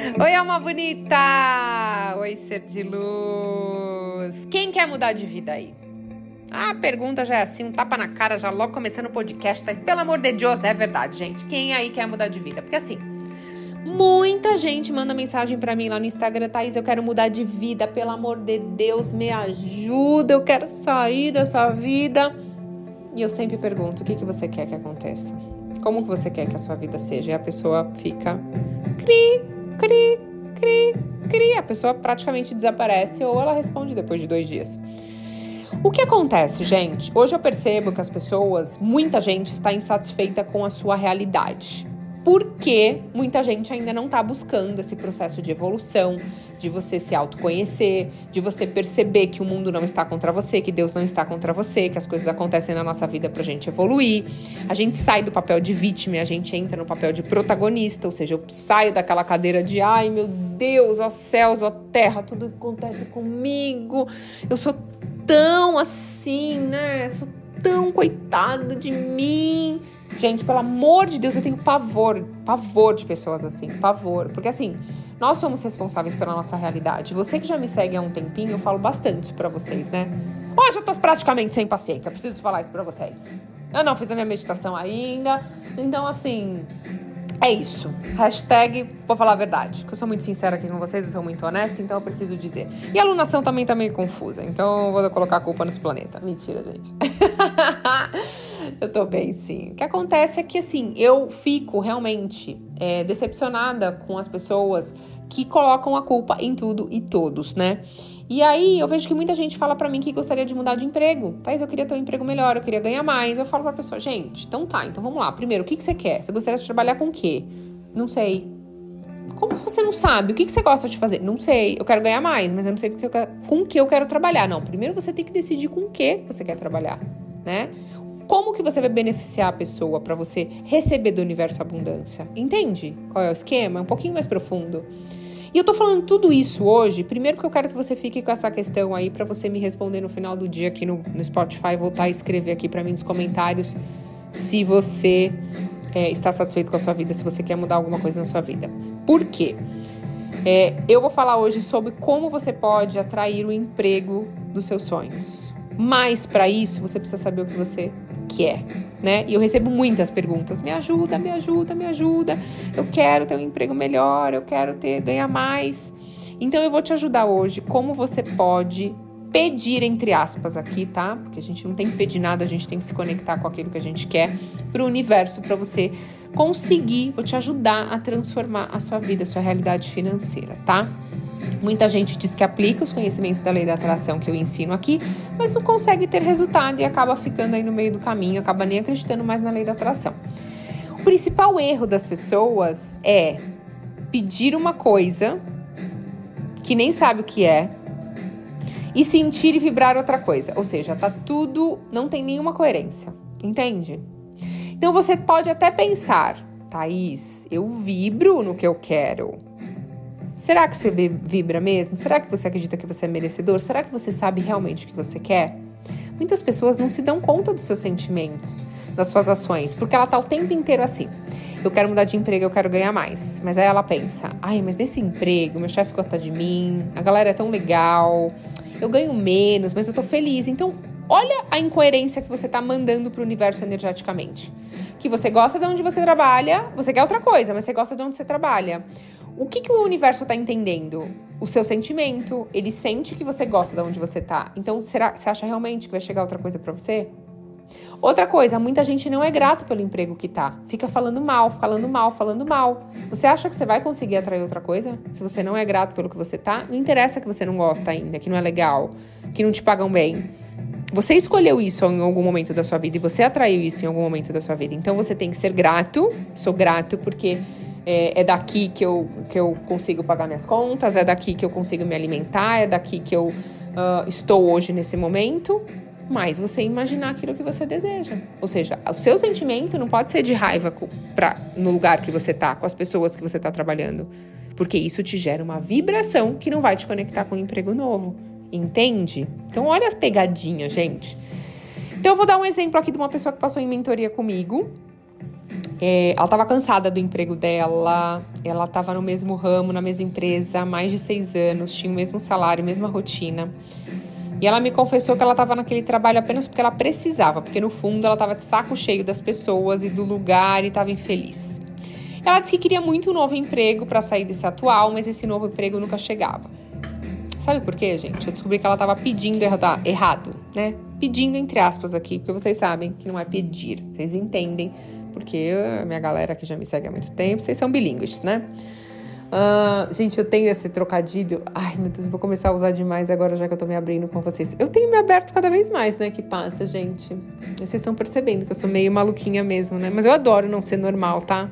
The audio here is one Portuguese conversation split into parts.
Oi, alma bonita! Oi, ser de luz! Quem quer mudar de vida aí? A pergunta já é assim, um tapa na cara, já logo começando o podcast, tá? Pelo amor de Deus, é verdade, gente. Quem aí quer mudar de vida? Porque assim, muita gente manda mensagem pra mim lá no Instagram, Thaís, eu quero mudar de vida, pelo amor de Deus, me ajuda, eu quero sair dessa vida. E eu sempre pergunto, o que você quer que aconteça? Como que você quer que a sua vida seja? E a pessoa fica cri, a pessoa praticamente desaparece ou ela responde depois de 2 dias. O que acontece, gente? Hoje eu percebo que as pessoas, muita gente está insatisfeita com a sua realidade. Porque muita gente ainda não está buscando esse processo de evolução, de você se autoconhecer, de você perceber que o mundo não está contra você, que Deus não está contra você, que as coisas acontecem na nossa vida pra gente evoluir. A gente sai do papel de vítima e a gente entra no papel de protagonista, ou seja, eu saio daquela cadeira de ai meu Deus, ó céus, ó terra, tudo acontece comigo, eu sou tão assim, né? Sou tão coitado de mim. Gente, pelo amor de Deus, eu tenho pavor de pessoas assim, pavor. Porque assim, nós somos responsáveis pela nossa realidade. Você que já me segue há um tempinho, eu falo bastante isso pra vocês, né? Hoje eu tô praticamente sem paciência, eu preciso falar isso pra vocês. Eu não fiz a minha meditação ainda, então assim, é isso. Hashtag, vou falar a verdade, que eu sou muito sincera aqui com vocês, eu sou muito honesta, então eu preciso dizer. E a alunação também tá meio confusa, então eu vou colocar a culpa nesse planeta. Mentira, gente. Eu tô bem, sim. O que acontece é que, assim, eu fico realmente decepcionada com as pessoas que colocam a culpa em tudo e todos, né? E aí, eu vejo que muita gente fala pra mim que gostaria de mudar de emprego. Thaís, eu queria ter um emprego melhor, eu queria ganhar mais. Eu falo pra pessoa, gente, então vamos lá. Primeiro, o que você quer? Você gostaria de trabalhar com o quê? Não sei. Como você não sabe? O que você gosta de fazer? Não sei. Eu quero ganhar mais, mas eu não sei com o que eu quero trabalhar. Não, primeiro você tem que decidir com o que você quer trabalhar, né? Como que você vai beneficiar a pessoa para você receber do universo abundância? Entende qual é o esquema? É um pouquinho mais profundo. E eu tô falando tudo isso hoje, primeiro porque eu quero que você fique com essa questão aí para você me responder no final do dia aqui no Spotify, voltar a escrever aqui para mim nos comentários se você está satisfeito com a sua vida, se você quer mudar alguma coisa na sua vida. Por quê? Eu vou falar hoje sobre como você pode atrair o emprego dos seus sonhos. Mas para isso, você precisa saber o que você quer, né? E eu recebo muitas perguntas. Me ajuda. Eu quero ter um emprego melhor, eu quero ganhar mais. Então eu vou te ajudar hoje como você pode pedir, entre aspas, aqui, tá? Porque a gente não tem que pedir nada, a gente tem que se conectar com aquilo que a gente quer pro universo, para você conseguir, vou te ajudar a transformar a sua vida, a sua realidade financeira, tá? Muita gente diz que aplica os conhecimentos da lei da atração que eu ensino aqui, mas não consegue ter resultado e acaba ficando aí no meio do caminho, acaba nem acreditando mais na lei da atração. O principal erro das pessoas é pedir uma coisa que nem sabe o que é e sentir e vibrar outra coisa. Ou seja, tá tudo, não tem nenhuma coerência, entende? Então você pode até pensar, Thaís, eu vibro no que eu quero. Será que você vibra mesmo? Será que você acredita que você é merecedor? Será que você sabe realmente o que você quer? Muitas pessoas não se dão conta dos seus sentimentos, das suas ações, porque ela tá o tempo inteiro assim. Eu quero mudar de emprego, eu quero ganhar mais. Mas aí ela pensa, ai, mas nesse emprego, meu chefe gosta de mim, a galera é tão legal, eu ganho menos, mas eu tô feliz. Então, olha a incoerência que você tá mandando pro universo energeticamente. Que você gosta de onde você trabalha, você quer outra coisa, mas você gosta de onde você trabalha. O que o universo tá entendendo? O seu sentimento. Ele sente que você gosta de onde você tá. Então, você acha realmente que vai chegar outra coisa pra você? Outra coisa, muita gente não é grato pelo emprego que tá. Fica falando mal. Você acha que você vai conseguir atrair outra coisa? Se você não é grato pelo que você tá, não interessa que você não gosta ainda, que não é legal, que não te pagam bem. Você escolheu isso em algum momento da sua vida e você atraiu isso em algum momento da sua vida. Então, você tem que ser grato. Sou grato porque é daqui que eu consigo pagar minhas contas, é daqui que eu consigo me alimentar, é daqui que eu estou hoje nesse momento. Mas você imaginar aquilo que você deseja. Ou seja, o seu sentimento não pode ser de raiva no lugar que você tá, com as pessoas que você tá trabalhando. Porque isso te gera uma vibração que não vai te conectar com um emprego novo. Entende? Então, olha as pegadinhas, gente. Então, eu vou dar um exemplo aqui de uma pessoa que passou em mentoria comigo. Ela estava cansada do emprego dela, ela estava no mesmo ramo, na mesma empresa há mais de 6 anos, tinha o mesmo salário, a mesma rotina. E ela me confessou que ela estava naquele trabalho apenas porque ela precisava, porque no fundo ela estava de saco cheio das pessoas e do lugar e estava infeliz. Ela disse que queria muito um novo emprego para sair desse atual, mas esse novo emprego nunca chegava. Sabe por quê, gente? Eu descobri que ela estava pedindo errado, né? Pedindo entre aspas aqui, porque vocês sabem que não é pedir, vocês entendem. Porque a minha galera que já me segue há muito tempo, vocês são bilíngues, né? Gente, eu tenho esse trocadilho. Ai, meu Deus, vou começar a usar demais agora, já que eu tô me abrindo com vocês. Eu tenho me aberto cada vez mais, né? Que passa, gente. Vocês estão percebendo que eu sou meio maluquinha mesmo, né? Mas eu adoro não ser normal, tá?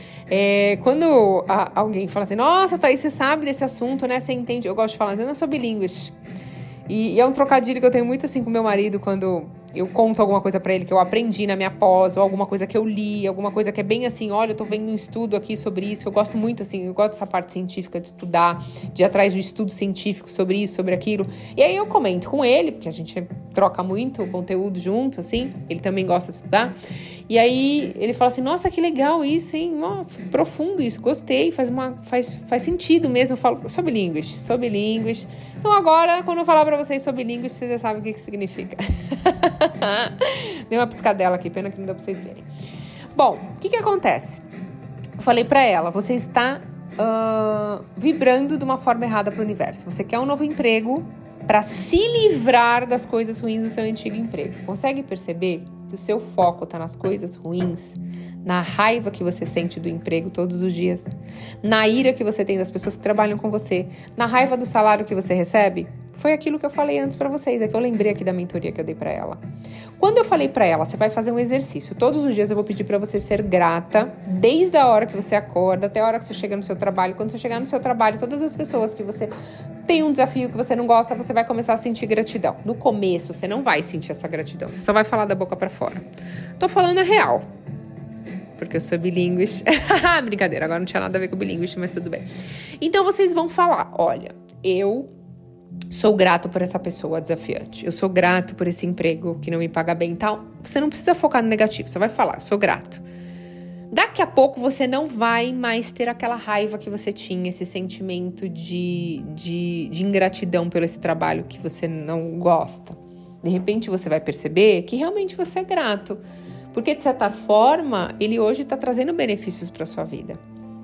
Quando alguém fala assim, nossa, Thaís, você sabe desse assunto, né? Você entende? Eu gosto de falar, eu não sou bilíngues. E é um trocadilho que eu tenho muito assim com meu marido quando eu conto alguma coisa pra ele que eu aprendi na minha pós, ou alguma coisa que eu li, alguma coisa que é bem assim, olha, eu tô vendo um estudo aqui sobre isso, que eu gosto muito assim, eu gosto dessa parte científica de estudar, de ir atrás de estudo científico sobre isso, sobre aquilo. E aí eu comento com ele, porque a gente troca muito conteúdo junto, assim, ele também gosta de estudar. E aí ele fala assim, nossa, que legal isso, hein? Profundo isso, gostei, faz sentido mesmo. Eu falo, sou bilíngues. Então agora, quando eu falar pra vocês sobre bilíngues, vocês já sabem o que significa. Dei uma piscadela aqui, pena que não deu pra vocês verem. Bom, o que acontece? Eu falei pra ela, você está vibrando de uma forma errada pro universo. Você quer um novo emprego pra se livrar das coisas ruins do seu antigo emprego. Consegue perceber que o seu foco tá nas coisas ruins, na raiva que você sente do emprego todos os dias, na ira que você tem das pessoas que trabalham com você, na raiva do salário que você recebe? Foi aquilo que eu falei antes pra vocês, é que eu lembrei aqui da mentoria que eu dei pra ela. Quando eu falei pra ela, você vai fazer um exercício, todos os dias eu vou pedir pra você ser grata, desde a hora que você acorda até a hora que você chega no seu trabalho. Quando você chegar no seu trabalho, todas as pessoas que você tem um desafio que você não gosta, você vai começar a sentir gratidão. No começo, você não vai sentir essa gratidão, você só vai falar da boca pra fora. Tô falando a real, porque eu sou bilíngues. Brincadeira, agora não tinha nada a ver com bilíngues, mas tudo bem. Então vocês vão falar, olha, eu sou grato por essa pessoa desafiante. Eu sou grato por esse emprego que não me paga bem e tal. Você não precisa focar no negativo. Você vai falar, eu sou grato. Daqui a pouco você não vai mais ter aquela raiva que você tinha, esse sentimento de ingratidão pelo esse trabalho que você não gosta. De repente você vai perceber que realmente você é grato. Porque de certa forma, ele hoje está trazendo benefícios para sua vida.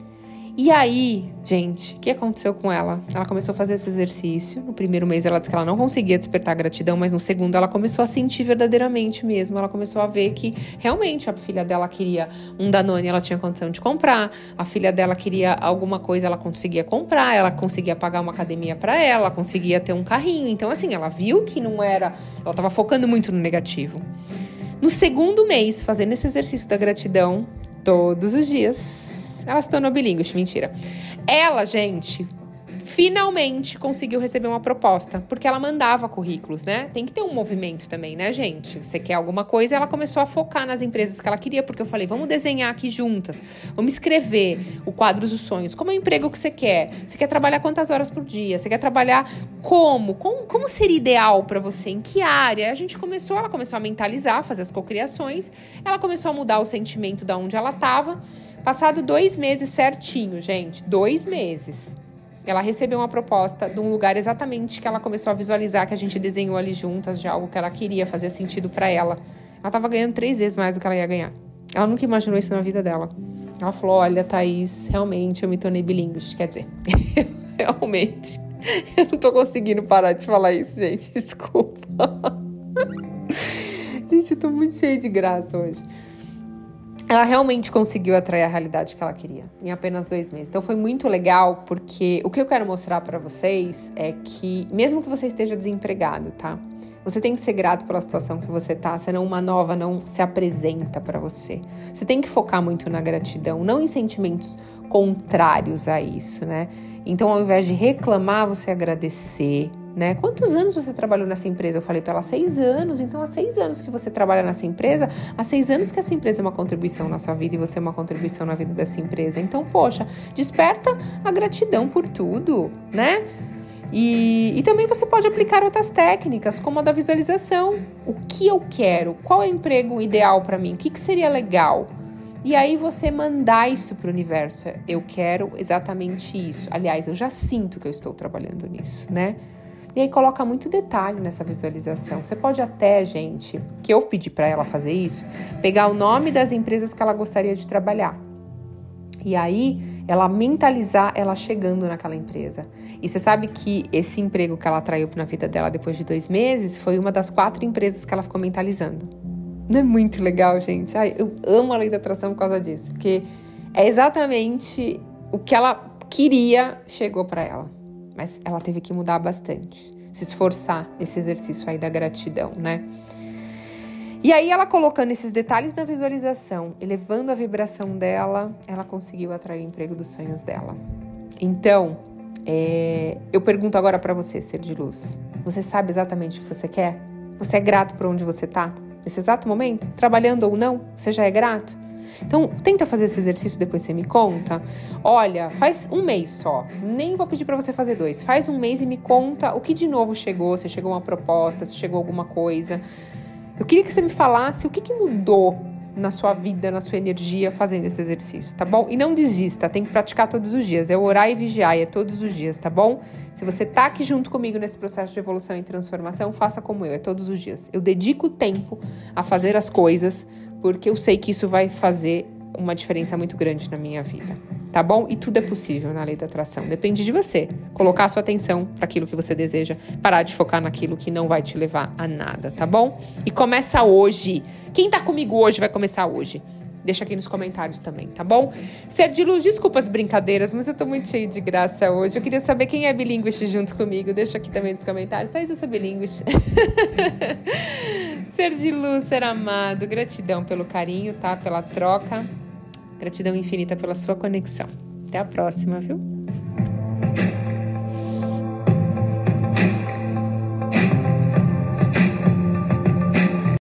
E aí, gente, o que aconteceu com ela? Ela começou a fazer esse exercício. No primeiro mês ela disse que ela não conseguia despertar gratidão, mas no segundo ela começou a sentir verdadeiramente mesmo. Ela começou a ver que realmente a filha dela queria um Danone, ela tinha condição de comprar. A filha dela queria alguma coisa, ela conseguia comprar. Ela conseguia pagar uma academia para ela, conseguia ter um carrinho. Então assim, ela viu que não era... Ela estava focando muito no negativo. No segundo mês, fazendo esse exercício da gratidão todos os dias... Ela se tornou bilíngue, mentira. Ela, gente, finalmente conseguiu receber uma proposta, porque ela mandava currículos, né? Tem que ter um movimento também, né, gente? Você quer alguma coisa, ela começou a focar nas empresas que ela queria, porque eu falei, vamos desenhar aqui juntas, vamos escrever o quadro dos sonhos, como é o emprego que você quer? Você quer trabalhar quantas horas por dia? Você quer trabalhar como? Como seria ideal pra você? Em que área? Ela começou a mentalizar, fazer as cocriações, ela começou a mudar o sentimento de onde ela estava. Passado 2 meses certinho, gente, 2 meses, ela recebeu uma proposta de um lugar exatamente que ela começou a visualizar, que a gente desenhou ali juntas, de algo que ela queria, fazer sentido pra ela. Ela tava ganhando 3 vezes mais do que ela ia ganhar. Ela nunca imaginou isso na vida dela. Ela falou, olha, Thaís, realmente eu me tornei bilíngue. Quer dizer, realmente, eu não tô conseguindo parar de falar isso, gente, desculpa. Gente, eu tô muito cheia de graça hoje. Ela realmente conseguiu atrair a realidade que ela queria em apenas 2 meses. Então foi muito legal, porque o que eu quero mostrar pra vocês é que, mesmo que você esteja desempregado, tá? Você tem que ser grato pela situação que você tá, senão uma nova não se apresenta pra você. Você tem que focar muito na gratidão, não em sentimentos contrários a isso, né? Então, ao invés de reclamar, você agradecer, né? Quantos anos você trabalhou nessa empresa? Eu falei pra ela, 6 anos. Então, há 6 anos que você trabalha nessa empresa, há 6 anos que essa empresa é uma contribuição na sua vida e você é uma contribuição na vida dessa empresa. Então, poxa, desperta a gratidão por tudo, né? E também você pode aplicar outras técnicas, como a da visualização. O que eu quero? Qual é o emprego ideal pra mim? O que seria legal? E aí você mandar isso pro universo. Eu quero exatamente isso. Aliás, eu já sinto que eu estou trabalhando nisso, né? E aí coloca muito detalhe nessa visualização. Você pode até, gente, que eu pedi para ela fazer isso, pegar o nome das empresas que ela gostaria de trabalhar. E aí, ela mentalizar ela chegando naquela empresa. E você sabe que esse emprego que ela atraiu na vida dela depois de 2 meses foi uma das 4 empresas que ela ficou mentalizando. Não é muito legal, gente? Ai, eu amo a lei da atração por causa disso. Porque é exatamente o que ela queria chegou para ela. Mas ela teve que mudar bastante. Se esforçar nesse exercício aí da gratidão, né? E aí, ela colocando esses detalhes na visualização, elevando a vibração dela, ela conseguiu atrair o emprego dos sonhos dela. Então, eu pergunto agora pra você, ser de luz. Você sabe exatamente o que você quer? Você é grato por onde você tá? Nesse exato momento? Trabalhando ou não? Você já é grato? Então, tenta fazer esse exercício, depois você me conta. Olha, faz 1 mês só. Nem vou pedir pra você fazer 2. Faz 1 mês e me conta o que de novo chegou. Se chegou uma proposta, se chegou alguma coisa. Eu queria que você me falasse o que mudou na sua vida, na sua energia, fazendo esse exercício, tá bom? E não desista, tem que praticar todos os dias. É orar e vigiar, é todos os dias, tá bom? Se você tá aqui junto comigo nesse processo de evolução e transformação, faça como eu, é todos os dias. Eu dedico tempo a fazer as coisas, porque eu sei que isso vai fazer uma diferença muito grande na minha vida, tá bom? E tudo é possível na lei da atração. Depende de você. Colocar a sua atenção para aquilo que você deseja, parar de focar naquilo que não vai te levar a nada, tá bom? E começa hoje. Quem tá comigo hoje vai começar hoje. Deixa aqui nos comentários também, tá bom? Ser de luz, desculpa as brincadeiras, mas eu tô muito cheia de graça hoje. Eu queria saber quem é bilíngue junto comigo. Deixa aqui também nos comentários. Thaís, eu sou bilíngue. Ser de luz, ser amado. Gratidão pelo carinho, tá? Pela troca. Gratidão infinita pela sua conexão. Até a próxima, viu?